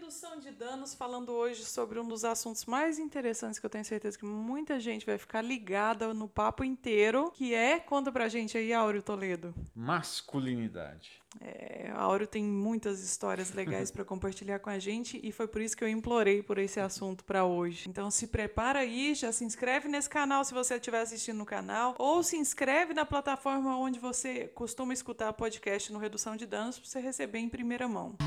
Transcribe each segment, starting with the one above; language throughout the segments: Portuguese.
Redução de danos, falando hoje sobre um dos assuntos mais interessantes que eu tenho certeza que muita gente vai ficar ligada no papo inteiro, que é, conta pra gente aí, Áureo Toledo. Masculinidade. Áureo tem muitas histórias legais pra compartilhar com a gente e foi por isso que eu implorei por esse assunto pra hoje. Então se prepara aí, já se inscreve nesse canal se você estiver assistindo no canal, ou se inscreve na plataforma onde você costuma escutar podcast no Redução de Danos pra você receber em primeira mão.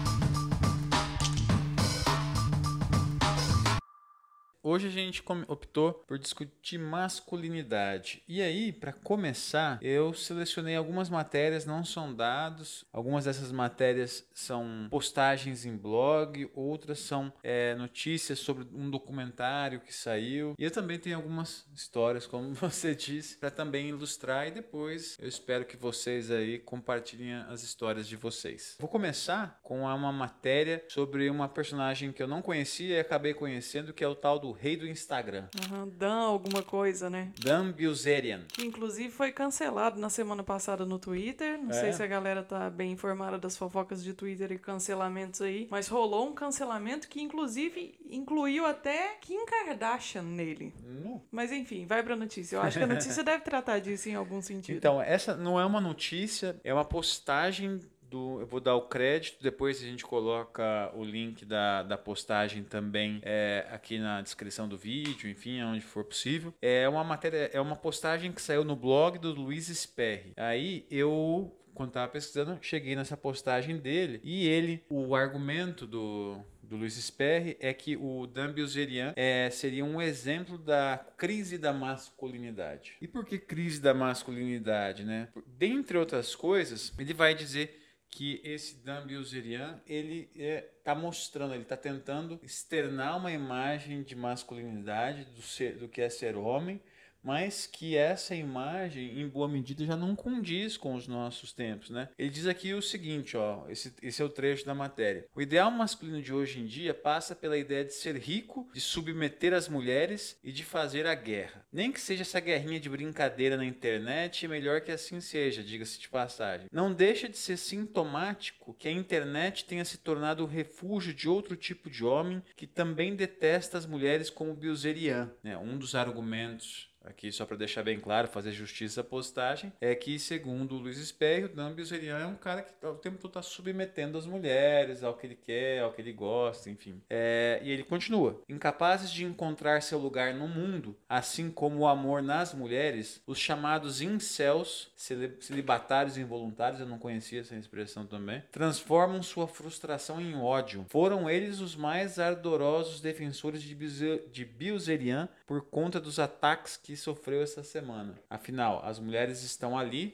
Hoje a gente optou por discutir masculinidade. E aí, para começar, eu selecionei algumas matérias, não são dados. Algumas dessas matérias são postagens em blog, outras são notícias sobre um documentário que saiu. E eu também tenho algumas histórias, como você disse, para também ilustrar. E depois eu espero que vocês aí compartilhem as histórias de vocês. Vou começar com uma matéria sobre uma personagem que eu não conhecia e acabei conhecendo, que é o tal do rei do Instagram. Dan alguma coisa, né? Dan Bilzerian. Que inclusive foi cancelado na semana passada no Twitter. Não sei se a galera tá bem informada das fofocas de Twitter e cancelamentos aí. Mas rolou um cancelamento que inclusive incluiu até Kim Kardashian nele. Mas enfim, vai pra notícia. Eu acho que a notícia deve tratar disso em algum sentido. Então, essa não é uma notícia, é uma postagem eu vou dar o crédito, depois a gente coloca o link da postagem também aqui na descrição do vídeo, enfim, onde for possível. É uma matéria, é uma postagem que saiu no blog do Luiz Sperry. Aí eu, quando estava pesquisando, cheguei nessa postagem dele e o argumento do Luiz Sperry é que o Dan Bilzerian seria um exemplo da crise da masculinidade. E por que crise da masculinidade, né? Dentre outras coisas, ele vai dizer que esse Dan Bilzerian, ele está mostrando, ele está tentando externar uma imagem de masculinidade do que é ser homem, mas que essa imagem, em boa medida, já não condiz com os nossos tempos, né? Ele diz aqui o seguinte, ó, esse é o trecho da matéria. O ideal masculino de hoje em dia passa pela ideia de ser rico, de submeter as mulheres e de fazer a guerra. Nem que seja essa guerrinha de brincadeira na internet, é melhor que assim seja, diga-se de passagem. Não deixa de ser sintomático que a internet tenha se tornado o refúgio de outro tipo de homem que também detesta as mulheres como Bilzerian, né? Um dos argumentos aqui, só para deixar bem claro, fazer justiça à postagem, é que, segundo o Luiz Sperry, o Dan Bilzerian é um cara que o tempo todo está submetendo as mulheres ao que ele quer, ao que ele gosta, enfim. E ele continua. Incapazes de encontrar seu lugar no mundo, assim como o amor nas mulheres, os chamados incels, celibatários involuntários, eu não conhecia essa expressão também, transformam sua frustração em ódio. Foram eles os mais ardorosos defensores de Bilzerian por conta dos ataques que sofreu essa semana. Afinal, as mulheres estão ali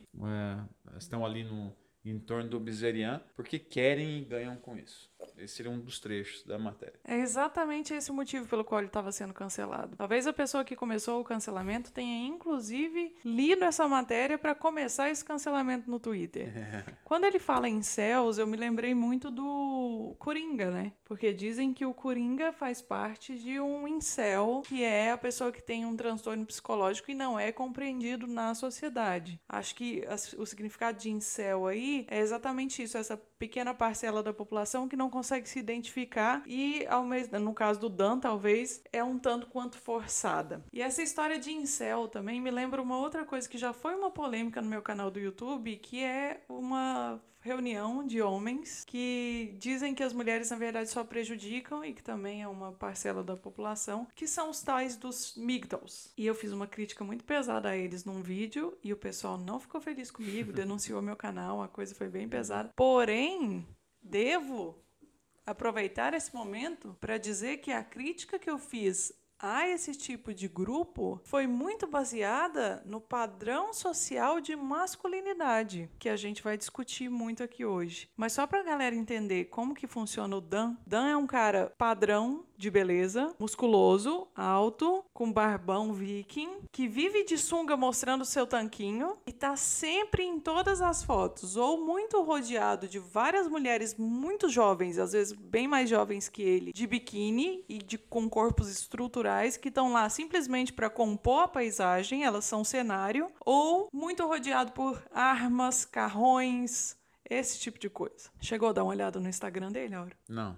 no em torno do Bilzerian porque querem e ganham com isso. Esse seria um dos trechos da matéria. É exatamente esse o motivo pelo qual ele estava sendo cancelado. Talvez a pessoa que começou o cancelamento tenha, inclusive, lido essa matéria para começar esse cancelamento no Twitter. Quando ele fala em incels, eu me lembrei muito do Coringa, né? Porque dizem que o Coringa faz parte de um incel, que é a pessoa que tem um transtorno psicológico e não é compreendido na sociedade. Acho que o significado de incel aí é exatamente isso, essa pequena parcela da população que não consegue se identificar e, no caso do Dan, talvez, é um tanto quanto forçada. E essa história de incel também me lembra uma outra coisa que já foi uma polêmica no meu canal do YouTube, que é uma reunião de homens que dizem que as mulheres, na verdade, só prejudicam e que também é uma parcela da população, que são os tais dos migdals. E eu fiz uma crítica muito pesada a eles num vídeo e o pessoal não ficou feliz comigo, denunciou meu canal, a coisa foi bem pesada. Porém, devo aproveitar esse momento para dizer que a crítica que eu fiz a esse tipo de grupo foi muito baseada no padrão social de masculinidade, que a gente vai discutir muito aqui hoje. Mas só para a galera entender como que funciona o Dan. Dan é um cara padrão de beleza, musculoso, alto, com barbão viking, que vive de sunga mostrando seu tanquinho e tá sempre em todas as fotos, ou muito rodeado de várias mulheres muito jovens, às vezes bem mais jovens que ele, de biquíni e com corpos estruturais que estão lá simplesmente para compor a paisagem, elas são cenário, ou muito rodeado por armas, carrões, esse tipo de coisa. Chegou a dar uma olhada no Instagram dele, Auro? Não.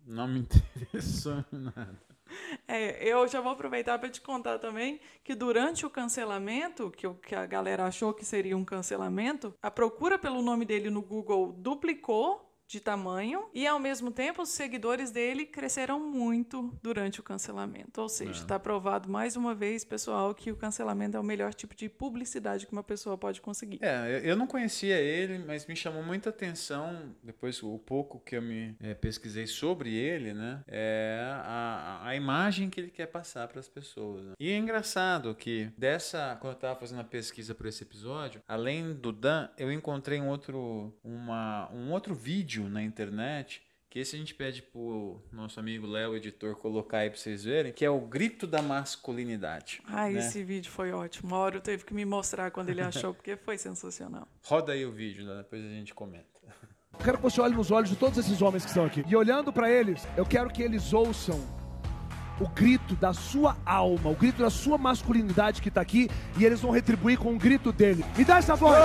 Não me interessou em nada. Eu já vou aproveitar para te contar também que durante o cancelamento, que a galera achou que seria um cancelamento, a procura pelo nome dele no Google duplicou de tamanho e, ao mesmo tempo, os seguidores dele cresceram muito durante o cancelamento. Ou seja, está provado mais uma vez, pessoal, que o cancelamento é o melhor tipo de publicidade que uma pessoa pode conseguir. Eu não conhecia ele, mas me chamou muita atenção, depois o pouco que eu me pesquisei sobre ele, né? A imagem que ele quer passar para as pessoas. Né? E é engraçado que quando eu estava fazendo a pesquisa para esse episódio, além do Dan, eu encontrei um outro vídeo na internet, que esse a gente pede pro nosso amigo Léo, editor, colocar aí pra vocês verem, que é o grito da masculinidade. Né? Esse vídeo foi ótimo. Mauro teve que me mostrar quando ele achou, porque foi sensacional. Roda aí o vídeo, né? Depois a gente comenta. Eu quero que você olhe nos olhos de todos esses homens que estão aqui. E olhando para eles, eu quero que eles ouçam o grito da sua alma, o grito da sua masculinidade que está aqui, e eles vão retribuir com o grito dele. Me dá essa voz!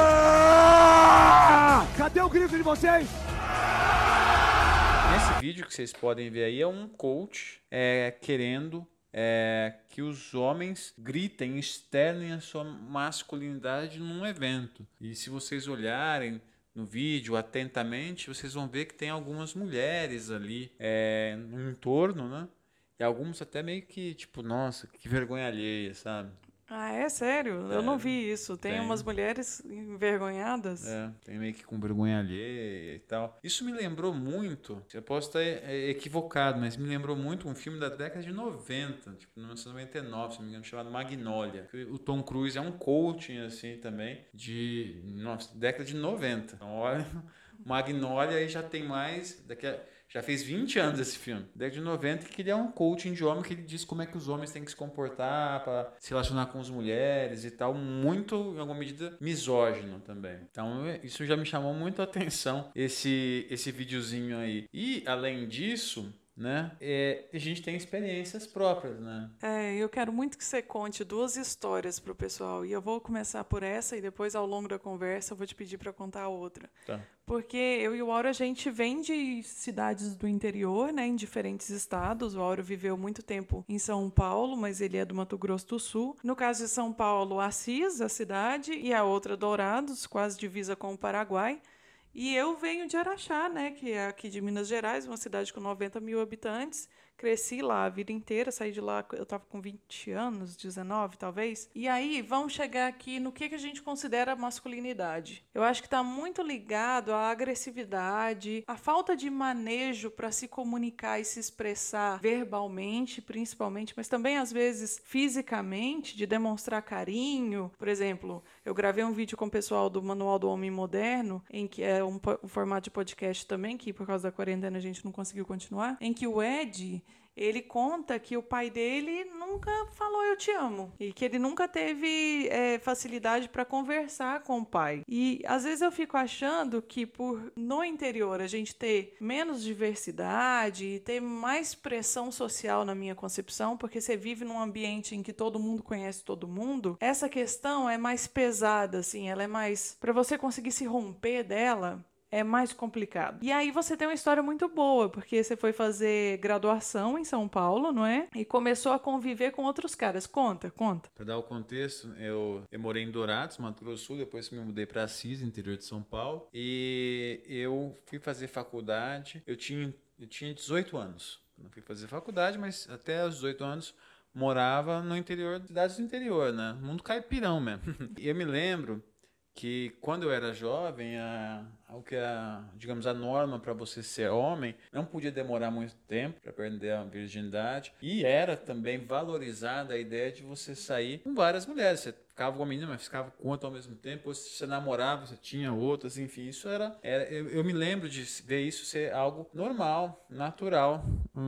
Cadê o grito de vocês? Nesse vídeo que vocês podem ver aí é um coach querendo que os homens gritem, externem a sua masculinidade num evento. E se vocês olharem no vídeo atentamente, vocês vão ver que tem algumas mulheres ali no entorno, né? E alguns até meio que, tipo, nossa, que vergonha alheia, sabe? É sério? Eu não vi isso. Tem umas mulheres envergonhadas. Tem meio que com vergonha alheia e tal. Isso me lembrou muito, eu posso estar equivocado, mas me lembrou muito um filme da década de 90, tipo 1999, se não me engano, chamado Magnolia. O Tom Cruise é um coaching, assim, também, década de 90. Então, olha, Magnolia aí já tem mais... Já fez 20 anos esse filme, década de 90, que ele é um coaching de homem, que ele diz como é que os homens têm que se comportar para se relacionar com as mulheres e tal, muito, em alguma medida, misógino também. Então, isso já me chamou muito a atenção, esse videozinho aí. E, além disso, né, a gente tem experiências próprias, né? Eu quero muito que você conte 2 histórias para o pessoal, e eu vou começar por essa, e depois, ao longo da conversa, eu vou te pedir para contar a outra. Tá. Porque eu e o Auro, a gente vem de cidades do interior, né, em diferentes estados. O Auro viveu muito tempo em São Paulo, mas ele é do Mato Grosso do Sul. No caso de São Paulo, Assis, a cidade, e a outra Dourados, quase divisa com o Paraguai. E eu venho de Araxá, né, que é aqui de Minas Gerais, uma cidade com 90 mil habitantes. Cresci lá a vida inteira, saí de lá, eu estava com 20 anos, 19 talvez. E aí, vamos chegar aqui no que a gente considera masculinidade. Eu acho que está muito ligado à agressividade, à falta de manejo para se comunicar e se expressar verbalmente, principalmente, mas também, às vezes, fisicamente, de demonstrar carinho. Por exemplo, eu gravei um vídeo com o pessoal do Manual do Homem Moderno, em que é um formato de podcast também, que por causa da quarentena a gente não conseguiu continuar, em que o Ed... ele conta que o pai dele nunca falou eu te amo e que ele nunca teve facilidade para conversar com o pai. E às vezes eu fico achando que por no interior a gente ter menos diversidade e ter mais pressão social na minha concepção, porque você vive num ambiente em que todo mundo conhece todo mundo, essa questão é mais pesada, assim, ela é mais... para você conseguir se romper dela... é mais complicado. E aí você tem uma história muito boa, porque você foi fazer graduação em São Paulo, não é? E começou a conviver com outros caras. Conta. Para dar o contexto, eu morei em Dourados, Mato Grosso do Sul, depois me mudei para Assis, interior de São Paulo, e eu fui fazer faculdade, eu tinha 18 anos. Não fui fazer faculdade, mas até os 18 anos morava no interior, cidades do interior, né? Mundo caipirão mesmo. E eu me lembro que quando eu era jovem, digamos, a norma para você ser homem não podia demorar muito tempo para perder a virgindade, e era também valorizada a ideia de você sair com várias mulheres. Você ficava com uma menina, mas ficava com outra ao mesmo tempo, ou se você namorava, você tinha outras, enfim, isso eu me lembro de ver isso ser algo normal, natural,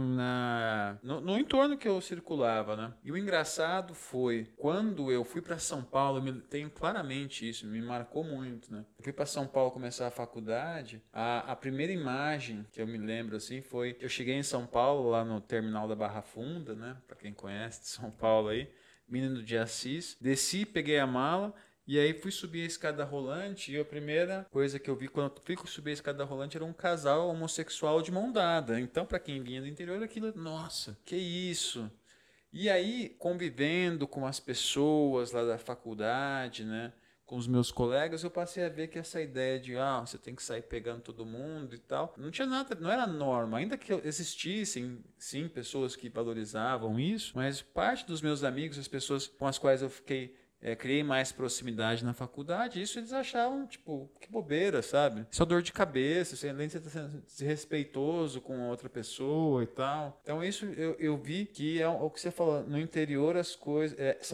no entorno que eu circulava, né? E o engraçado foi, quando eu fui para São Paulo, eu tenho claramente isso, me marcou muito, né? Eu fui para São Paulo começar a faculdade, a primeira imagem que eu me lembro, assim, foi, eu cheguei em São Paulo, lá no terminal da Barra Funda, né? Para quem conhece de São Paulo aí, menino de Assis, desci, peguei a mala E aí fui subir a escada rolante e a primeira coisa que eu vi quando eu fui subir a escada rolante era um casal homossexual de mão dada. Então, para quem vinha do interior, aquilo, nossa, que isso? E aí, convivendo com as pessoas lá da faculdade, né, com os meus colegas, eu passei a ver que essa ideia de, você tem que sair pegando todo mundo e tal, não tinha nada, não era norma. Ainda que existissem, sim, pessoas que valorizavam isso, mas parte dos meus amigos, as pessoas com as quais eu criei mais proximidade na faculdade, isso eles achavam, tipo, que bobeira, sabe? Só dor de cabeça, além de você estar sendo desrespeitoso com a outra pessoa e tal. Então isso eu vi que é o que você falou, no interior as coisas,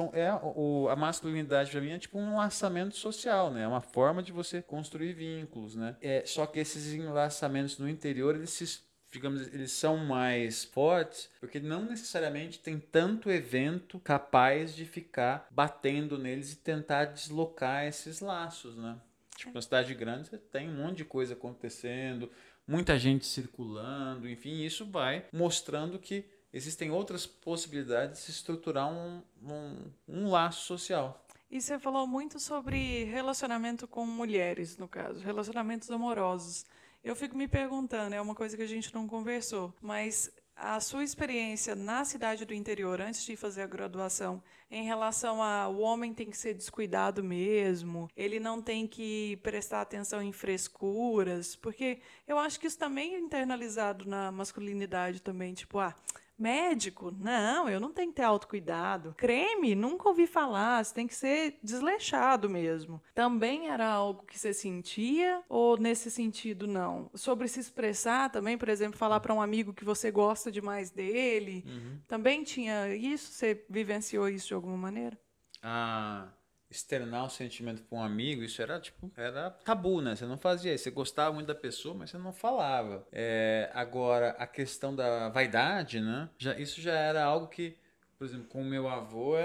a masculinidade para mim é tipo um enlaçamento social, né? É uma forma de você construir vínculos, né? Só que esses enlaçamentos no interior, eles são mais fortes porque não necessariamente tem tanto evento capaz de ficar batendo neles e tentar deslocar esses laços, né? Tipo, na cidade grande você tem um monte de coisa acontecendo, muita gente circulando, enfim, isso vai mostrando que existem outras possibilidades de se estruturar um laço social. E você falou muito sobre relacionamento com mulheres, no caso, relacionamentos amorosos. Eu fico me perguntando, é uma coisa que a gente não conversou, mas a sua experiência na cidade do interior, antes de fazer a graduação, em relação ao homem tem que ser descuidado mesmo, ele não tem que prestar atenção em frescuras, porque eu acho que isso também é internalizado na masculinidade também, tipo, médico? Não, eu não tenho que ter autocuidado. Creme? Nunca ouvi falar, você tem que ser desleixado mesmo. Também era algo que você sentia ou nesse sentido não? Sobre se expressar também, por exemplo, falar para um amigo que você gosta demais dele, também tinha isso? Você vivenciou isso de alguma maneira? Externar o sentimento para um amigo, isso era tabu, né? Você não fazia isso. Você gostava muito da pessoa, mas você não falava. Agora, a questão da vaidade, né? Isso já era algo que, por exemplo, com o meu avô,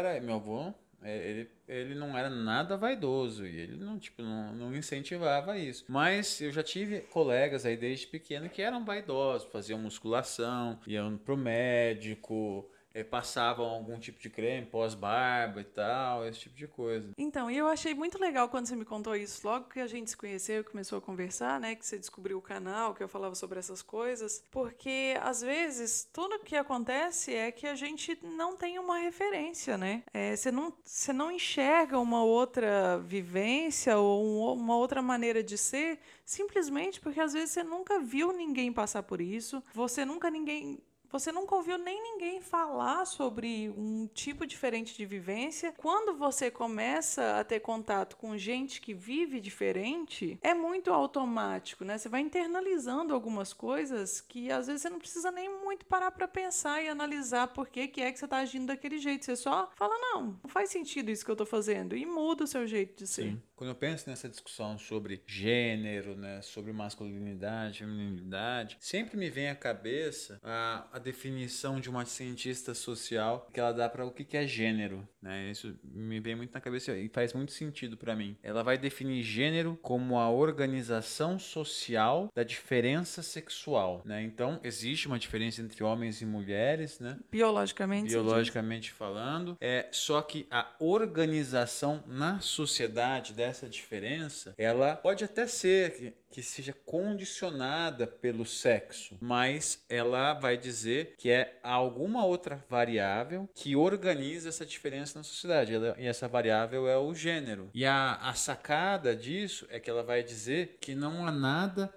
ele não era nada vaidoso e ele não incentivava isso. Mas eu já tive colegas aí desde pequeno que eram vaidosos, faziam musculação, iam pro médico, passavam algum tipo de creme pós-barba e tal, esse tipo de coisa. Então, e eu achei muito legal quando você me contou isso, logo que a gente se conheceu e começou a conversar, né, que você descobriu o canal, que eu falava sobre essas coisas, porque às vezes tudo que acontece é que a gente não tem uma referência, né? Você não enxerga uma outra vivência ou uma outra maneira de ser, simplesmente porque às vezes você nunca viu ninguém passar por isso, você nunca ouviu nem ninguém falar sobre um tipo diferente de vivência. Quando você começa a ter contato com gente que vive diferente, é muito automático, né? Você vai internalizando algumas coisas que às vezes você não precisa nem muito parar para pensar e analisar por que é que você está agindo daquele jeito. Você só fala, não faz sentido isso que eu estou fazendo e muda o seu jeito de ser. Sim. Quando eu penso nessa discussão sobre gênero, né, sobre masculinidade, feminilidade, sempre me vem à cabeça a definição de uma cientista social que ela dá para o que é gênero, né? Isso me vem muito na cabeça e faz muito sentido para mim. Ela vai definir gênero como a organização social da diferença sexual, né? Então, existe uma diferença entre homens e mulheres, né? Biologicamente falando, só que a organização na sociedade dessa diferença, ela pode até ser que seja condicionada pelo sexo, mas ela vai dizer que é alguma outra variável que organiza essa diferença na sociedade, e essa variável é o gênero. E a sacada disso é que ela vai dizer que não há nada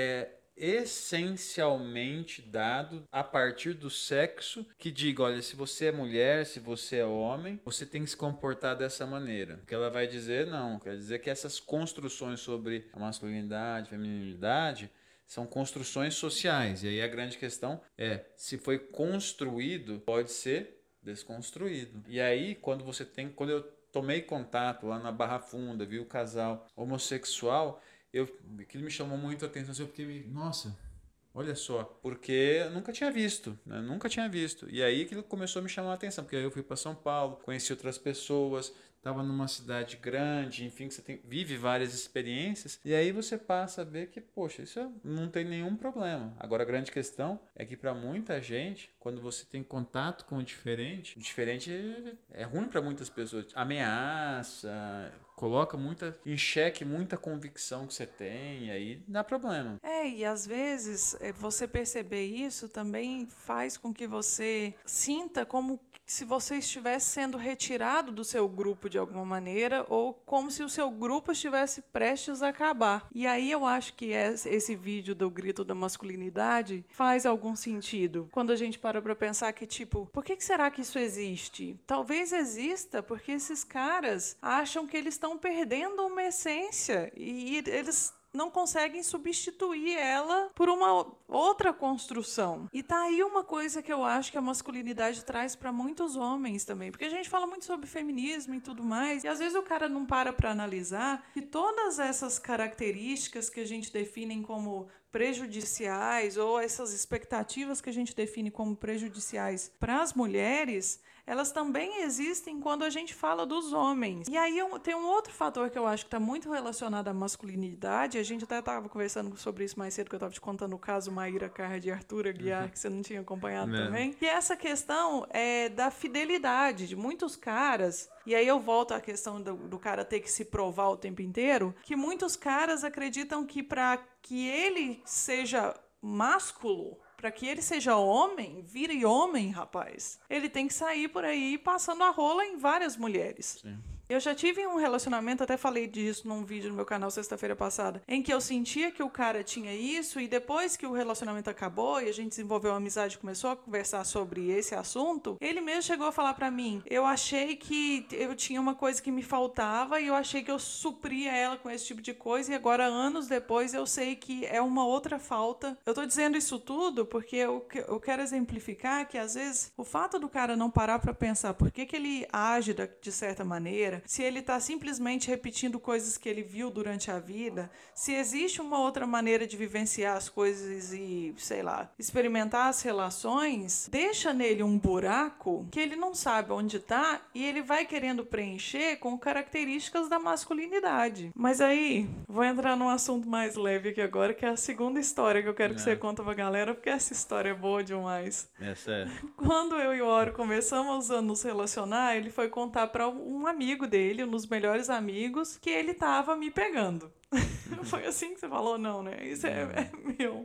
essencialmente dado a partir do sexo que diga, olha, se você é mulher, se você é homem, você tem que se comportar dessa maneira. O que ela vai dizer, não, quer dizer que essas construções sobre a masculinidade, feminilidade, são construções sociais. E aí a grande questão é, se foi construído, pode ser desconstruído. E aí, quando eu tomei contato lá na Barra Funda, vi o casal homossexual, aquilo me chamou muito a atenção, eu fiquei, nossa, olha só, porque eu nunca tinha visto, né? Nunca tinha visto. E aí aquilo começou a me chamar a atenção, porque aí eu fui para São Paulo, conheci outras pessoas, estava numa cidade grande, enfim, que você vive várias experiências, e aí você passa a ver que, poxa, isso não tem nenhum problema. Agora, a grande questão é que para muita gente, quando você tem contato com o diferente é ruim para muitas pessoas. Ameaça, coloca em xeque muita convicção que você tem, e aí dá problema. E às vezes você perceber isso também faz com que você sinta como se você estivesse sendo retirado do seu grupo de alguma maneira, ou como se o seu grupo estivesse prestes a acabar. E aí eu acho que esse vídeo do grito da masculinidade faz algum sentido. Quando a gente para pensar que, tipo, por que será que isso existe? Talvez exista porque esses caras acham que eles estão perdendo uma essência e eles não conseguem substituir ela por uma outra construção. E tá aí uma coisa que eu acho que a masculinidade traz para muitos homens também, porque a gente fala muito sobre feminismo e tudo mais, e às vezes o cara não para analisar que todas essas características que a gente define como prejudiciais, ou essas expectativas que a gente define como prejudiciais para as mulheres, elas também existem quando a gente fala dos homens. E aí tem um outro fator que eu acho que está muito relacionado à masculinidade, a gente até estava conversando sobre isso mais cedo, que eu estava te contando o caso Maíra Card e Arthur Aguiar, que você não tinha acompanhado também, que essa questão da fidelidade de muitos caras. E aí eu volto à questão do cara ter que se provar o tempo inteiro, que muitos caras acreditam que para que ele seja másculo, para que ele seja homem, vire homem, rapaz, ele tem que sair por aí passando a rola em várias mulheres. Sim. Eu já tive um relacionamento, até falei disso num vídeo no meu canal sexta-feira passada, em que eu sentia que o cara tinha isso, e depois que o relacionamento acabou e a gente desenvolveu uma amizade e começou a conversar sobre esse assunto, ele mesmo chegou a falar pra mim, eu achei que eu tinha uma coisa que me faltava e eu achei que eu supria ela com esse tipo de coisa, e agora, anos depois, eu sei que é uma outra falta. Eu tô dizendo isso tudo porque eu quero exemplificar que, às vezes, o fato do cara não parar pra pensar por que ele age de certa maneira, se ele está simplesmente repetindo coisas que ele viu durante a vida, se existe uma outra maneira de vivenciar as coisas e, sei lá, experimentar as relações, deixa nele um buraco que ele não sabe onde está e ele vai querendo preencher com características da masculinidade. Mas aí, vou entrar num assunto mais leve aqui agora, que é a segunda história que eu quero que você conte pra galera, porque essa história é boa demais. Essa é. Quando eu e o Oro começamos a nos relacionar, ele foi contar para um amigo dele, um dos melhores amigos, que ele tava me pegando. Foi assim que você falou? Não, né? Isso é meu.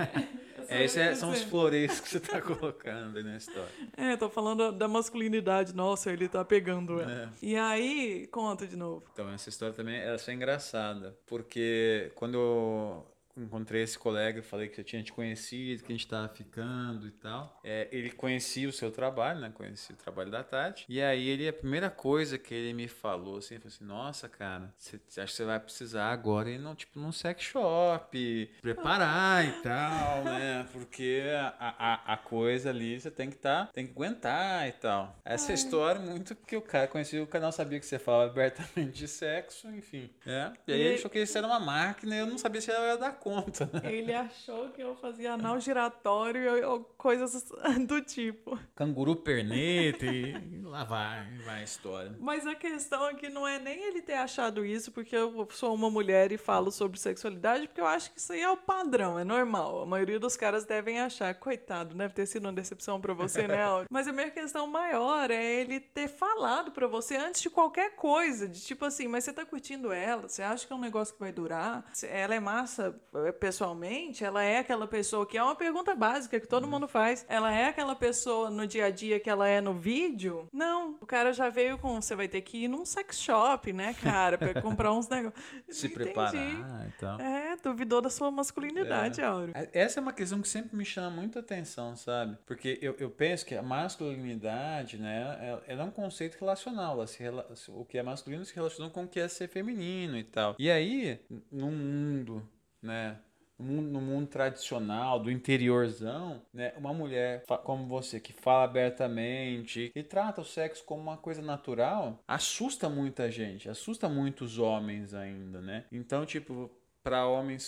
São os floreios que você tá colocando aí na história. Tô falando da masculinidade. Nossa, ele tá pegando ela. E aí, conta de novo. Então, essa história também ela é engraçada, porque quando eu encontrei esse colega, eu falei que eu tinha te conhecido, que a gente tava ficando e tal. Ele conhecia o seu trabalho, né? Conhecia o trabalho da Tati. E aí a primeira coisa que ele me falou, assim, ele falou assim, nossa, cara, você acha que você vai precisar agora ir num sex shop, preparar e tal, né? Porque a coisa ali você tem que aguentar e tal. Essa história muito porque o cara conhecia o canal, sabia que você falava abertamente de sexo, enfim. E aí ele achou que isso era uma máquina e eu não sabia se ela ia dar conta. Ele achou que eu fazia anal giratório ou coisas do tipo. Canguru perneta e lá vai a história. Mas a questão aqui não é nem ele ter achado isso, porque eu sou uma mulher e falo sobre sexualidade, porque eu acho que isso aí é o padrão, é normal. A maioria dos caras devem achar, coitado, deve ter sido uma decepção pra você, né, Áudio? Mas a minha questão maior é ele ter falado pra você antes de qualquer coisa, de tipo assim, mas você tá curtindo ela? Você acha que é um negócio que vai durar? Ela é massa pessoalmente? Ela é aquela pessoa que é uma pergunta básica que todo mundo faz. Ela é aquela pessoa no dia a dia que ela é no vídeo? Não. O cara já veio com, você vai ter que ir num sex shop, né, cara, pra comprar uns negócios. Se preparar e tal. Duvidou da sua masculinidade, Áureo. Essa é uma questão que sempre me chama muita atenção, sabe? Porque eu penso que a masculinidade, né, ela é um conceito relacional. O que é masculino se relaciona com o que é ser feminino e tal. E aí, num mundo, né, no mundo tradicional, do interiorzão, né, uma mulher como você, que fala abertamente e trata o sexo como uma coisa natural, assusta muita gente, assusta muitos homens ainda, né? Então, tipo, para homens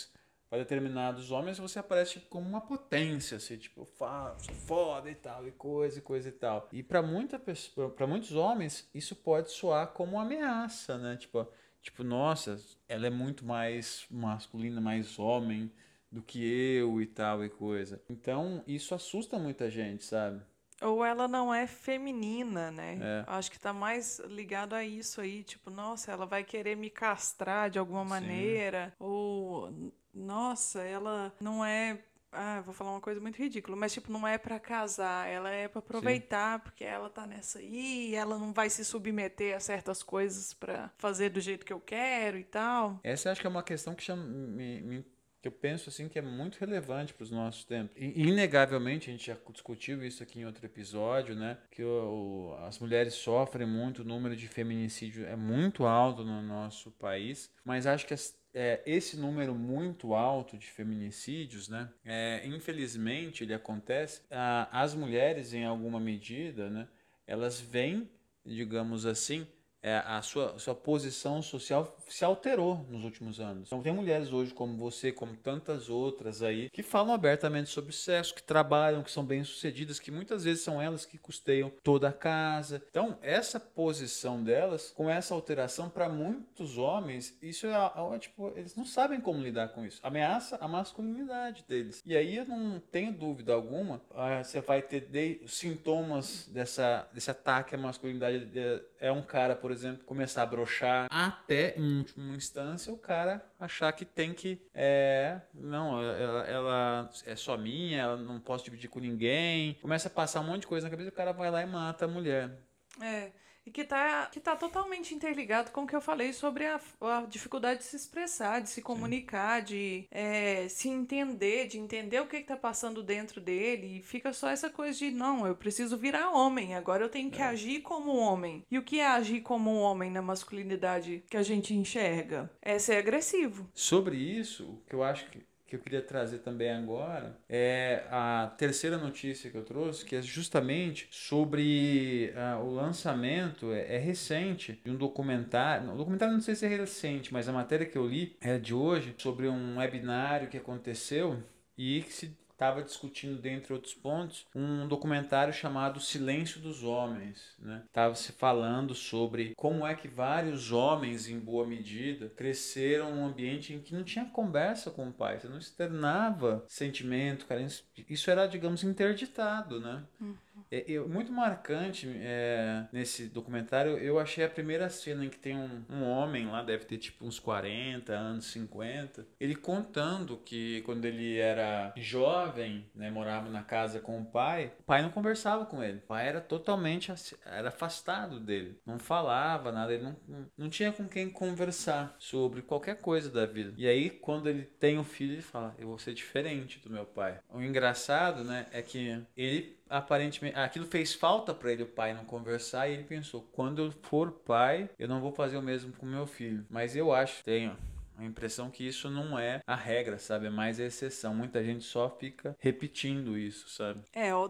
para determinados homens, você aparece tipo, como uma potência, assim, tipo, sou foda e tal, e coisa e tal. E para muitos homens, isso pode soar como uma ameaça, né? Tipo, nossa, ela é muito mais masculina, mais homem do que eu e tal e coisa. Então, isso assusta muita gente, sabe? Ou ela não é feminina, né? É. Acho que tá mais ligado a isso aí, tipo, nossa, ela vai querer me castrar de alguma maneira, ou nossa, ela não é, vou falar uma coisa muito ridícula, mas tipo, não é pra casar, ela é pra aproveitar, porque ela tá nessa aí, ela não vai se submeter a certas coisas pra fazer do jeito que eu quero e tal. Essa eu acho que é uma questão que que eu penso assim que é muito relevante para os nossos tempos. E, inegavelmente, a gente já discutiu isso aqui em outro episódio, né? Que as mulheres sofrem muito, o número de feminicídio é muito alto no nosso país, mas acho que esse número muito alto de feminicídios, né? Infelizmente, ele acontece. As mulheres, em alguma medida, né? Elas vêm, digamos assim, a sua posição social se alterou nos últimos anos. Então tem mulheres hoje como você, como tantas outras aí, que falam abertamente sobre sexo, que trabalham, que são bem-sucedidas, que muitas vezes são elas que custeiam toda a casa. Então essa posição delas, com essa alteração, para muitos homens, isso tipo, eles não sabem como lidar com isso. Ameaça a masculinidade deles. E aí eu não tenho dúvida alguma, você vai ter sintomas desse ataque à masculinidade. É um cara, por exemplo, começar a broxar, até em última instância o cara achar que tem que não, ela é só minha, ela não posso dividir com ninguém, começa a passar um monte de coisa na cabeça e o cara vai lá e mata a mulher. E que tá totalmente interligado com o que eu falei sobre a dificuldade de se expressar, de se comunicar, de se entender, de entender o que tá passando dentro dele. E fica só essa coisa de, não, eu preciso virar homem, agora eu tenho que agir como homem. E o que é agir como um homem na masculinidade que a gente enxerga? É ser agressivo. Sobre isso, o que eu acho que eu queria trazer também agora é a terceira notícia que eu trouxe, que é justamente sobre o lançamento, recente, de um documentário. O documentário não sei se é recente, mas a matéria que eu li é de hoje, sobre um webinário que aconteceu e que se estava discutindo, dentre outros pontos, um documentário chamado Silêncio dos Homens, né? Estava se falando sobre como é que vários homens, em boa medida, cresceram num ambiente em que não tinha conversa com o pai, você não externava sentimento, carência. Isso era, digamos, interditado, né? Muito marcante nesse documentário, eu achei a primeira cena em que tem um homem lá, deve ter tipo uns 40 anos, 50, ele contando que quando ele era jovem, né, morava na casa com o pai não conversava com ele, o pai era totalmente afastado dele, não falava nada, ele não tinha com quem conversar sobre qualquer coisa da vida. E aí quando ele tem um filho, ele fala, eu vou ser diferente do meu pai. O engraçado, né, é que ele aparentemente, aquilo fez falta para ele, o pai não conversar, e ele pensou, quando eu for pai, eu não vou fazer o mesmo com meu filho. Mas eu tenho a impressão que isso não é a regra, sabe? É mais a exceção. Muita gente só fica repetindo isso, sabe?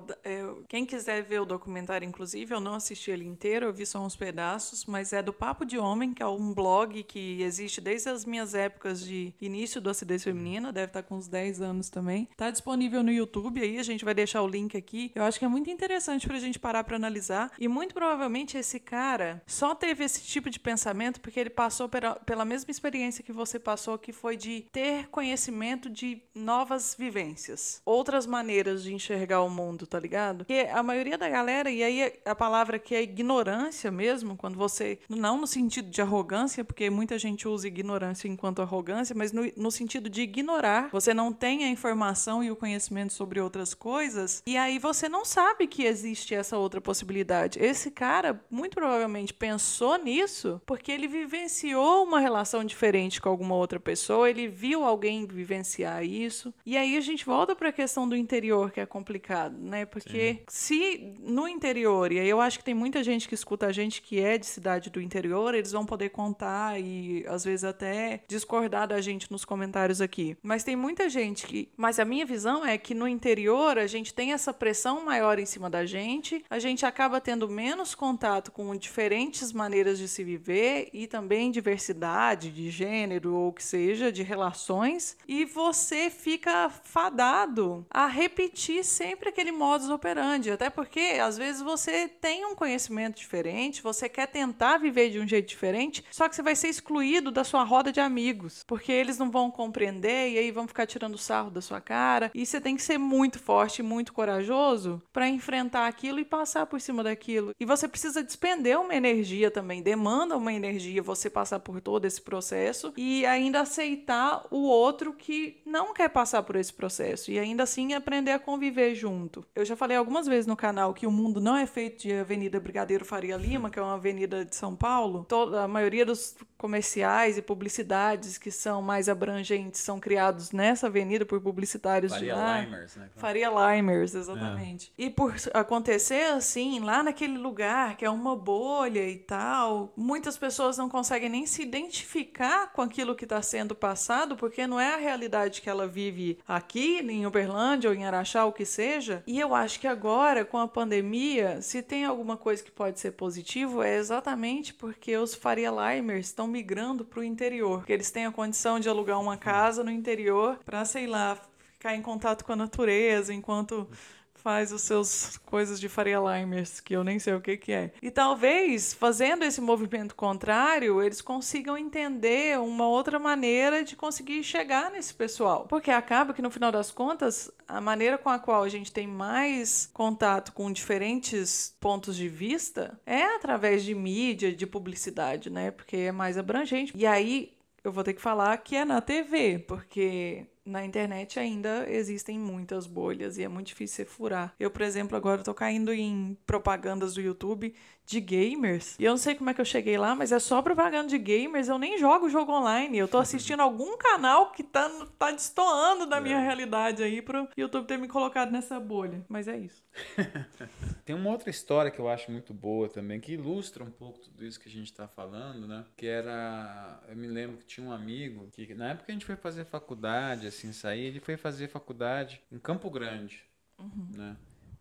Quem quiser ver o documentário, inclusive, eu não assisti ele inteiro, eu vi só uns pedaços, mas é do Papo de Homem, que é um blog que existe desde as minhas épocas de início do Acidez Feminina, deve estar com uns 10 anos também. Tá disponível no YouTube, aí a gente vai deixar o link aqui. Eu acho que é muito interessante pra gente parar pra analisar, e muito provavelmente esse cara só teve esse tipo de pensamento porque ele passou pela mesma experiência que você passou, que foi de ter conhecimento de novas vivências, outras maneiras de enxergar o mundo, tá ligado? Porque a maioria da galera, e aí a palavra que é ignorância mesmo, quando você, não no sentido de arrogância, porque muita gente usa ignorância enquanto arrogância, mas no sentido de ignorar, você não tem a informação e o conhecimento sobre outras coisas, e aí você não sabe que existe essa outra possibilidade. Esse cara, muito provavelmente, pensou nisso porque ele vivenciou uma relação diferente com alguma outra pessoa, ele viu alguém vivenciar isso, e aí a gente volta para a questão do interior, que é complicado, né? Porque se no interior, e aí eu acho que tem muita gente que escuta a gente que é de cidade do interior, eles vão poder contar e às vezes até discordar da gente nos comentários aqui, mas tem muita gente que... Mas a minha visão é que no interior a gente tem essa pressão maior em cima da gente, a gente acaba tendo menos contato com diferentes maneiras de se viver e também diversidade de gênero namoro ou o que seja, de relações, e você fica fadado a repetir sempre aquele modus operandi, até porque às vezes você tem um conhecimento diferente, você quer tentar viver de um jeito diferente, só que você vai ser excluído da sua roda de amigos, porque eles não vão compreender e aí vão ficar tirando sarro da sua cara, e você tem que ser muito forte, muito corajoso para enfrentar aquilo e passar por cima daquilo. E você precisa despender uma energia também, demanda uma energia você passar por todo esse processo e ainda aceitar o outro que não quer passar por esse processo e ainda assim aprender a conviver junto. Eu já falei algumas vezes no canal que o mundo não é feito de Avenida Brigadeiro Faria Lima, que é uma avenida de São Paulo. A maioria dos comerciais e publicidades que são mais abrangentes são criados nessa avenida por publicitários de lá. Faria Limers, né? Faria Limers, exatamente. E por acontecer assim, lá naquele lugar que é uma bolha e tal, muitas pessoas não conseguem nem se identificar com aquilo que está sendo passado, porque não é a realidade que ela vive aqui, em Uberlândia ou em Araxá, o que seja. E eu acho que agora, com a pandemia, se tem alguma coisa que pode ser positivo, é exatamente porque os Faria Limers estão migrando para o interior, porque eles têm a condição de alugar uma casa no interior para, sei lá, ficar em contato com a natureza enquanto faz os seus coisas de Faria Limers, que eu nem sei o que é. E talvez, fazendo esse movimento contrário, eles consigam entender uma outra maneira de conseguir chegar nesse pessoal. Porque acaba que, no final das contas, a maneira com a qual a gente tem mais contato com diferentes pontos de vista é através de mídia, de publicidade, né? Porque é mais abrangente. E aí, eu vou ter que falar que é na TV, porque na internet ainda existem muitas bolhas e é muito difícil você furar. Eu, por exemplo, agora tô caindo em propagandas do YouTube de gamers. E eu não sei como é que eu cheguei lá, mas é só propaganda de gamers. Eu nem jogo jogo online. Eu tô assistindo algum canal que tá destoando da minha realidade aí pro YouTube ter me colocado nessa bolha. Mas é isso. Tem uma outra história que eu acho muito boa também, que ilustra um pouco tudo isso que a gente tá falando, né? Que era... Eu me lembro que tinha um amigo que, na época que a gente foi fazer faculdade, assim, sair, ele foi fazer faculdade em Campo Grande, né?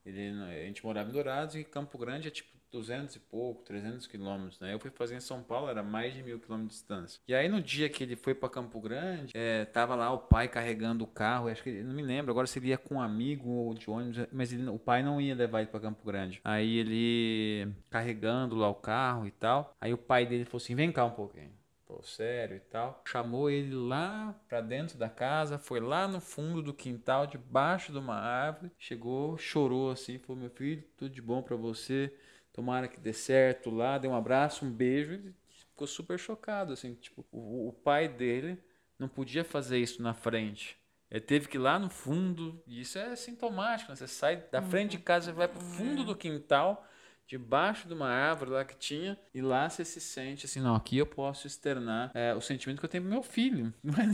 A gente morava em Dourados e Campo Grande é tipo 200 e pouco, 300 quilômetros, né? Eu fui fazer em São Paulo, era mais de 1.000 quilômetros de distância. E aí no dia que ele foi para Campo Grande, tava lá o pai carregando o carro, acho que não me lembro agora se ele ia com um amigo ou de ônibus, mas o pai não ia levar ele para Campo Grande. Aí ele carregando lá o carro e tal, aí o pai dele falou assim, vem cá um pouquinho. Pô, sério e tal. Chamou ele lá pra dentro da casa, foi lá no fundo do quintal, debaixo de uma árvore, chegou, chorou assim, falou, meu filho, tudo de bom pra você, tomara que dê certo lá, deu um abraço, um beijo, e ficou super chocado, assim, tipo, o pai dele não podia fazer isso na frente. Ele teve que ir lá no fundo, e isso é sintomático, né? Você sai da frente de casa, você vai pro fundo do quintal, debaixo de uma árvore lá que tinha, e lá você se sente assim, não, aqui eu posso externar o sentimento que eu tenho pro meu filho.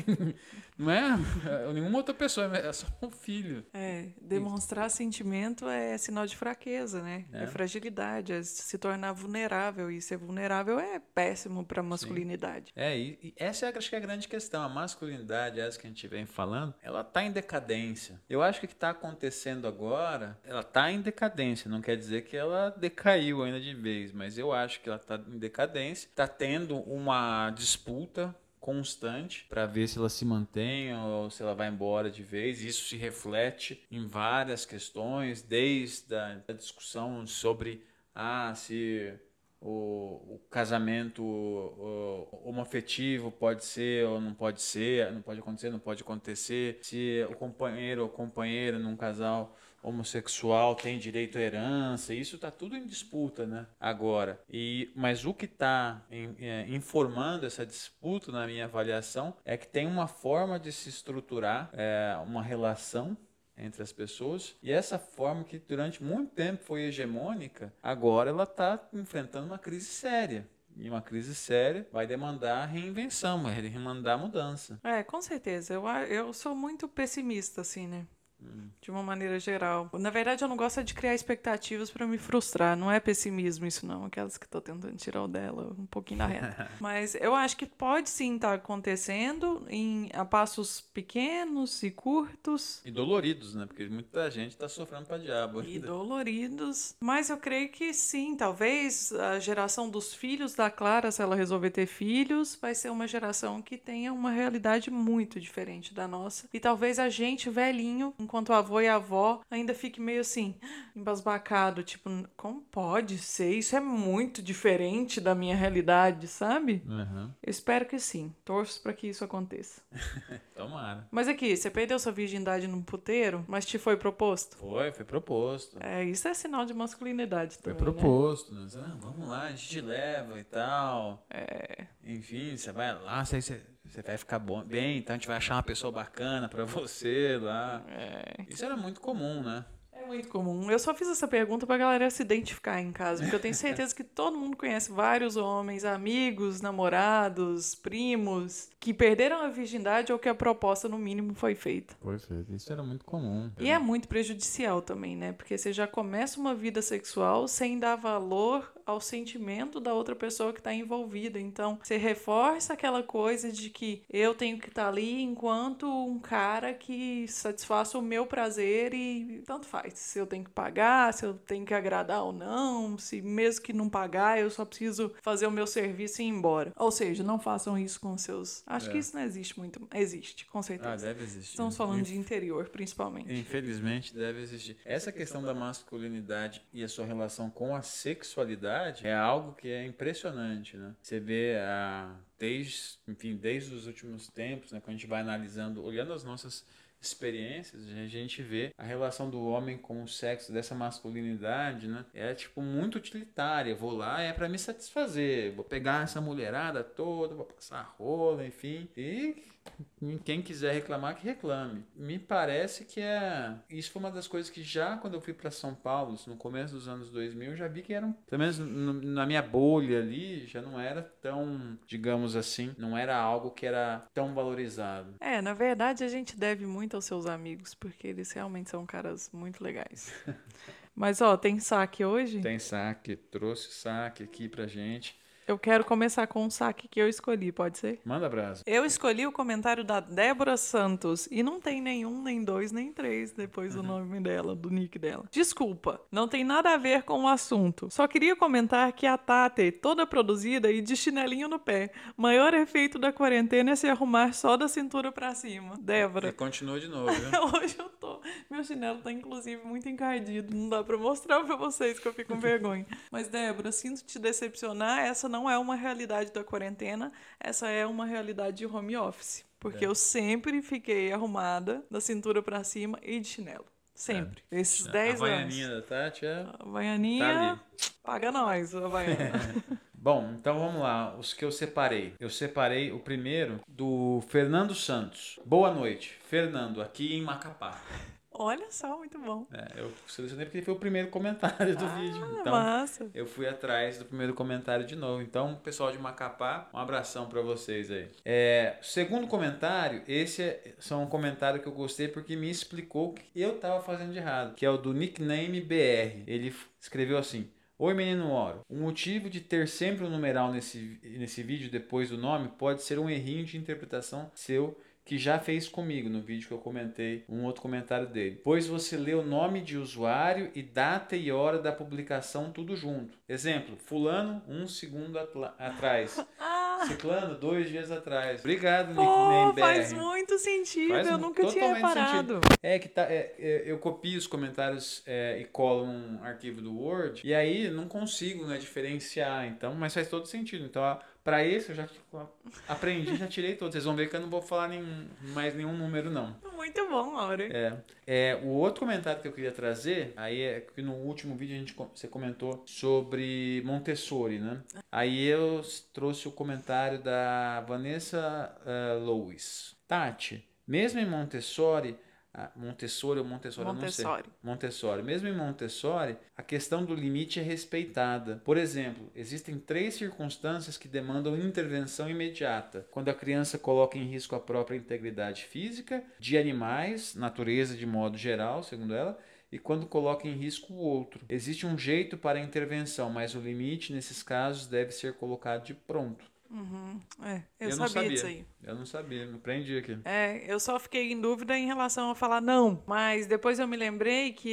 Não é nenhuma outra pessoa, é só um filho. Demonstrar sentimento é sinal de fraqueza, né? É fragilidade, é se tornar vulnerável, e ser vulnerável é péssimo pra masculinidade. E essa acho que é a grande questão, a masculinidade, essa que a gente vem falando, ela tá em decadência. Eu acho que o que tá acontecendo agora, ela tá em decadência, não quer dizer que ela caiu ainda de vez, mas eu acho que ela está em decadência, está tendo uma disputa constante para ver se ela se mantém ou se ela vai embora de vez. Isso se reflete em várias questões, desde a discussão sobre se o casamento homoafetivo pode ser ou não pode ser, não pode acontecer, não pode acontecer, se o companheiro ou companheira num casal homossexual tem direito à herança, isso está tudo em disputa, né? Agora. Mas o que está informando essa disputa, na minha avaliação, é que tem uma forma de se estruturar uma relação entre as pessoas, e essa forma que durante muito tempo foi hegemônica, agora ela está enfrentando uma crise séria. E uma crise séria vai demandar reinvenção, vai demandar mudança. Com certeza. Eu sou muito pessimista, assim, né? De uma maneira geral. Na verdade, eu não gosto de criar expectativas pra me frustrar. Não é pessimismo isso, não. Aquelas que tô tentando tirar o dela um pouquinho da reta. Mas eu acho que pode sim estar acontecendo a passos pequenos e curtos. E doloridos, né? Porque muita gente tá sofrendo pra diabo. E doloridos. Mas eu creio que sim, talvez a geração dos filhos da Clara, se ela resolver ter filhos, vai ser uma geração que tenha uma realidade muito diferente da nossa. E talvez a gente, velhinho, enquanto o avô e a avó, ainda fique meio assim, embasbacado, tipo, como pode ser? Isso é muito diferente da minha realidade, sabe? Uhum. Eu espero que sim. Torço pra que isso aconteça. Tomara. Mas aqui, você perdeu sua virgindade num puteiro, mas te foi proposto? Foi proposto. Isso é sinal de masculinidade Foi também, proposto, né? Vamos lá, a gente te leva e tal. Enfim, você vai lá, você vai ficar bem, então a gente vai achar uma pessoa bacana pra você lá. Isso era muito comum, né? É muito comum. Eu só fiz essa pergunta pra galera se identificar em casa, porque eu tenho certeza que todo mundo conhece vários homens, amigos, namorados, primos, que perderam a virgindade ou que a proposta, no mínimo, foi feita. Foi feito. Isso era muito comum. E é muito prejudicial também, né? Porque você já começa uma vida sexual sem dar valor ao sentimento da outra pessoa que está envolvida. Então, você reforça aquela coisa de que eu tenho que estar ali enquanto um cara que satisfaça o meu prazer e tanto faz. Se eu tenho que pagar, se eu tenho que agradar ou não, se mesmo que não pagar, eu só preciso fazer o meu serviço e ir embora. Ou seja, não façam isso com seus... Acho que isso não existe muito. Existe, com certeza. Deve existir. Estamos falando de interior, principalmente. Infelizmente, deve existir. Essa questão da masculinidade e a sua relação com a sexualidade é algo que é impressionante, né? Você vê desde os últimos tempos, né, quando a gente vai analisando, olhando as nossas experiências, a gente vê a relação do homem com o sexo, dessa masculinidade, né? É tipo muito utilitária. Eu vou lá, é para me satisfazer. Vou pegar essa mulherada toda, vou passar rola, enfim. E quem quiser reclamar, que reclame. Me parece que isso foi uma das coisas que já quando eu fui para São Paulo, no começo dos anos 2000, eu já vi que eram, pelo menos na minha bolha ali, já não era tão, digamos assim, não era algo que era tão valorizado. Na verdade a gente deve muito aos seus amigos, porque eles realmente são caras muito legais. Mas tem saque hoje? Tem saque, trouxe saque aqui pra gente. Eu quero começar com um saque que eu escolhi, pode ser? Manda brasa. Eu escolhi o comentário da Débora Santos e não tem nenhum, nem dois, nem três depois do nome dela, do nick dela. Desculpa, não tem nada a ver com o assunto. Só queria comentar que a Tate, toda produzida e de chinelinho no pé. Maior efeito da quarentena é se arrumar só da cintura pra cima. Débora. E continua de novo, viu? Hoje eu tô. Meu chinelo tá inclusive muito encardido. Não dá pra mostrar pra vocês que eu fico com vergonha. Mas, Débora, sinto te decepcionar. Essa não é uma realidade da quarentena. Essa é uma realidade de home office. Porque eu sempre fiquei arrumada da cintura pra cima e de chinelo. Sempre. Esses 10 anos. A Havaianinha da Tati A Havaianinha tá ali. Paga nós, a Havaiana. Bom, então vamos lá, os que eu separei. Eu separei o primeiro do Fernando Santos. Boa noite, Fernando, aqui em Macapá. Olha só, muito bom. Eu selecionei porque ele foi o primeiro comentário do vídeo. Então, massa. eu fui atrás do primeiro comentário de novo. Então, pessoal de Macapá, um abração pra vocês aí. Segundo comentário, esse é um comentário que eu gostei porque me explicou o que eu tava fazendo de errado, que é o do Nickname BR. Ele escreveu assim: oi, menino Oro. O motivo de ter sempre um numeral nesse vídeo depois do nome pode ser um errinho de interpretação seu que já fez comigo no vídeo que eu comentei, um outro comentário dele. Pois você lê o nome de usuário e data e hora da publicação tudo junto. Exemplo, fulano, 1 segundo atrás. Ciclano, 2 dias atrás. Obrigado, Nickname BR. Faz muito sentido, eu nunca tinha reparado. Eu copio os comentários e colo um arquivo do Word e aí não consigo, né, diferenciar, então, mas faz todo sentido. Então, para esse eu já aprendi, já tirei todos. Vocês vão ver que eu não vou falar mais nenhum número, não. Muito bom, Auri. O outro comentário que eu queria trazer, aí é que no último vídeo você comentou sobre Montessori, né? Aí eu trouxe o comentário da Vanessa Louis. Tati, mesmo em Montessori, Montessori ou Montessori, eu não sei. Montessori. Montessori. Mesmo em Montessori, a questão do limite é respeitada. Por exemplo, existem 3 circunstâncias que demandam intervenção imediata. Quando a criança coloca em risco a própria integridade física, de animais, natureza de modo geral, segundo ela, e quando coloca em risco o outro. Existe um jeito para a intervenção, mas o limite, nesses casos, deve ser colocado de pronto. Eu não sabia disso aí. Eu não sabia, me aprendi aqui. Eu só fiquei em dúvida em relação a falar não, mas depois eu me lembrei que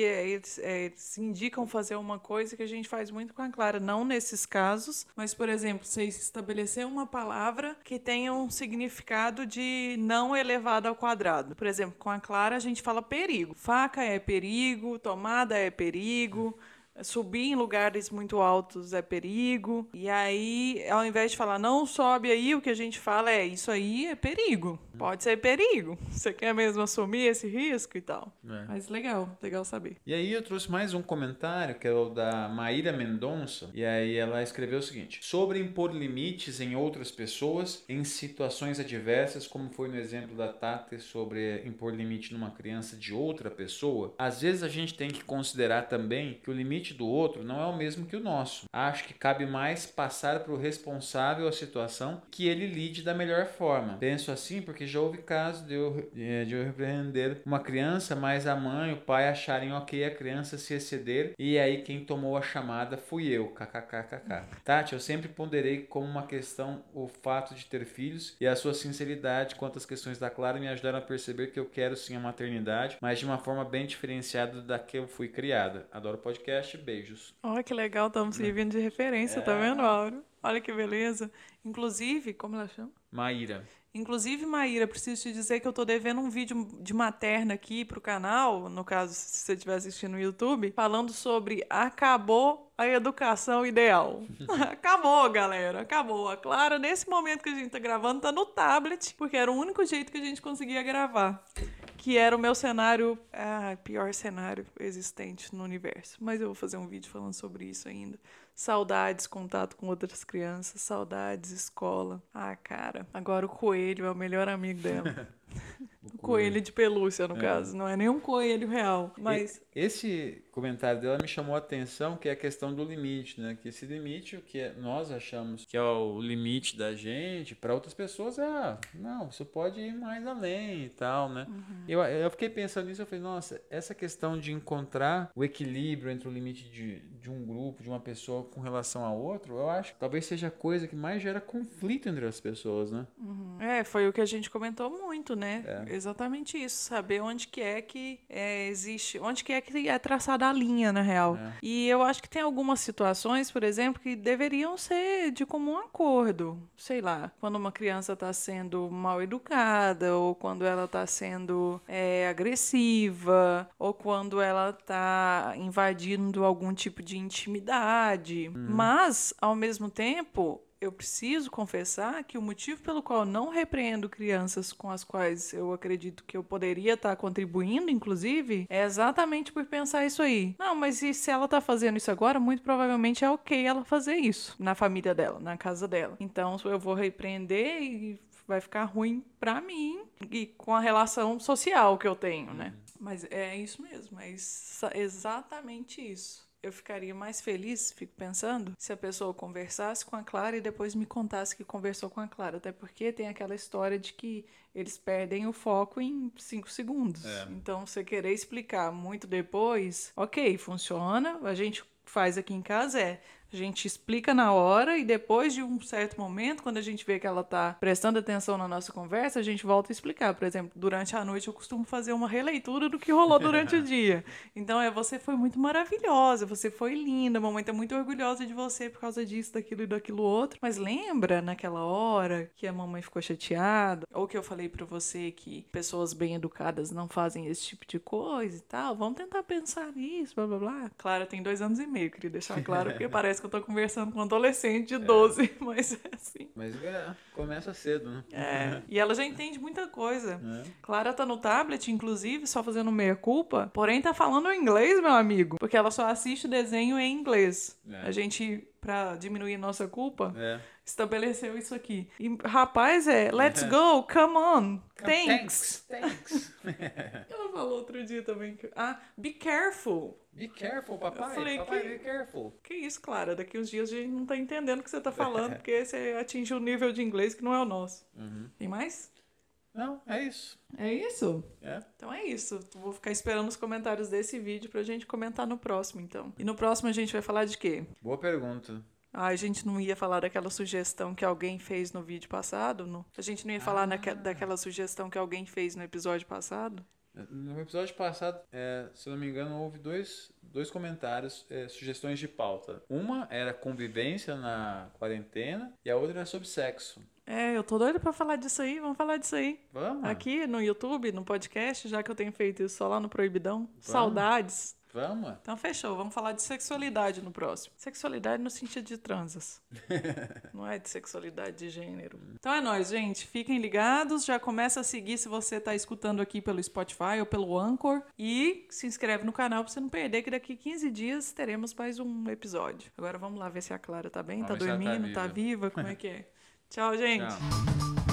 eles indicam fazer uma coisa que a gente faz muito com a Clara, não nesses casos, mas, por exemplo, você estabelecer uma palavra que tenha um significado de não elevado ao quadrado. Por exemplo, com a Clara a gente fala perigo. Faca é perigo, tomada é perigo, subir em lugares muito altos é perigo. E aí, ao invés de falar não sobe aí, o que a gente fala é isso aí é perigo. Pode ser perigo. Você quer mesmo assumir esse risco e tal. Mas legal saber. E aí eu trouxe mais um comentário, que é o da Maíra Mendonça. E aí ela escreveu o seguinte: sobre impor limites em outras pessoas em situações adversas, como foi no exemplo da Tati sobre impor limite numa criança de outra pessoa, às vezes a gente tem que considerar também que o limite do outro não é o mesmo que o nosso. Acho que cabe mais passar para o responsável a situação que ele lide da melhor forma. Penso assim porque já houve casos de eu repreender uma criança, mas a mãe e o pai acharem ok a criança se exceder, e aí quem tomou a chamada fui eu. KKKKK. Tati, eu sempre ponderei como uma questão o fato de ter filhos, e a sua sinceridade quanto às questões da Clara me ajudaram a perceber que eu quero sim a maternidade, mas de uma forma bem diferenciada da que eu fui criada. Adoro o podcast. Beijos. Olha que legal, estamos servindo de referência, tá vendo, Auro? Olha que beleza. Inclusive, como ela chama? Maíra. Inclusive, Maíra, preciso te dizer que eu tô devendo um vídeo de materna aqui pro canal, no caso, se você estiver assistindo no YouTube, falando sobre acabou a educação ideal. Acabou, galera, acabou. A Clara, nesse momento que a gente tá gravando, tá no tablet, porque era o único jeito que a gente conseguia gravar. Que era o meu cenário, pior cenário existente no universo. Mas eu vou fazer um vídeo falando sobre isso ainda. Saudades, contato com outras crianças, saudades, escola. Cara, agora o coelho é o melhor amigo dela. O coelho de pelúcia, no caso. Não é nem um coelho real, mas... Esse comentário dela me chamou a atenção, que é a questão do limite, né? Que esse limite, o que nós achamos que é o limite da gente, para outras pessoas não, isso pode ir mais além e tal, né? Eu fiquei pensando nisso, eu falei, nossa, essa questão de encontrar o equilíbrio entre o limite de um grupo, de uma pessoa com relação a outro, eu acho que talvez seja a coisa que mais gera conflito entre as pessoas, né? Foi o que a gente comentou muito, né? Exatamente isso, saber onde que é que existe, onde que é traçada a linha, na real. E eu acho que tem algumas situações, por exemplo, que deveriam ser de comum acordo. Sei lá, quando uma criança está sendo mal educada, ou quando ela está sendo agressiva, ou quando ela está invadindo algum tipo de intimidade. Mas, ao mesmo tempo, eu preciso confessar que o motivo pelo qual eu não repreendo crianças com as quais eu acredito que eu poderia estar contribuindo, inclusive, é exatamente por pensar isso aí. Não, mas e se ela tá fazendo isso agora, muito provavelmente é ok ela fazer isso na família dela, na casa dela. Então, eu vou repreender e vai ficar ruim pra mim e com a relação social que eu tenho, né? Mas é isso mesmo, é exatamente isso. Eu ficaria mais feliz, fico pensando, se a pessoa conversasse com a Clara e depois me contasse que conversou com a Clara. Até porque tem aquela história de que eles perdem o foco em 5 segundos. Então, você querer explicar muito depois, ok, funciona, a gente faz aqui em casa a gente explica na hora e depois de um certo momento, quando a gente vê que ela tá prestando atenção na nossa conversa, a gente volta a explicar. Por exemplo, durante a noite eu costumo fazer uma releitura do que rolou durante o dia. Então, você foi muito maravilhosa, você foi linda, a mamãe tá muito orgulhosa de você por causa disso, daquilo e daquilo outro. Mas lembra naquela hora que a mamãe ficou chateada? Ou que eu falei pra você que pessoas bem educadas não fazem esse tipo de coisa e tal? Vamos tentar pensar nisso, blá blá blá. Clara tem 2 anos e meio, queria deixar claro, porque parece que eu tô conversando com um adolescente de 12, mas é assim. Mas começa cedo, né? E ela já entende muita coisa. Clara tá no tablet, inclusive, só fazendo meia-culpa, porém tá falando inglês, meu amigo, porque ela só assiste desenho em inglês. A gente pra diminuir nossa culpa, É. estabeleceu isso aqui. E, rapaz, let's go, come on, thanks. Thanks. Ela falou outro dia também. Be careful. Be careful, papai. Eu falei, Papai, be careful. Que isso, Clara? Daqui uns dias a gente não tá entendendo o que você tá falando, porque você atingiu um nível de inglês que não é o nosso. Tem mais? Não, é isso. É isso? É. Então é isso. Vou ficar esperando os comentários desse vídeo pra gente comentar no próximo, então. E no próximo a gente vai falar de quê? Boa pergunta. A gente não ia falar daquela sugestão que alguém fez no vídeo passado? A gente não ia falar daquela sugestão que alguém fez no episódio passado? No episódio passado, se eu não me engano, houve dois comentários, sugestões de pauta. Uma era convivência na quarentena e a outra era sobre sexo. Eu tô doida pra falar disso aí, vamos falar disso aí. Vamos? Aqui no YouTube, no podcast, já que eu tenho feito isso só lá no Proibidão. Vamos. Saudades. Vamos? Então fechou, vamos falar de sexualidade no próximo. Sexualidade no sentido de transas. Não é de sexualidade de gênero. Então é nóis, gente. Fiquem ligados, já começa a seguir se você tá escutando aqui pelo Spotify ou pelo Anchor. E se inscreve no canal pra você não perder, que daqui 15 dias teremos mais um episódio. Agora vamos lá ver se a Clara tá bem, tá Vamos ver se ela dormindo, tá viva. viva, como é que é? Tchau, gente. Tchau.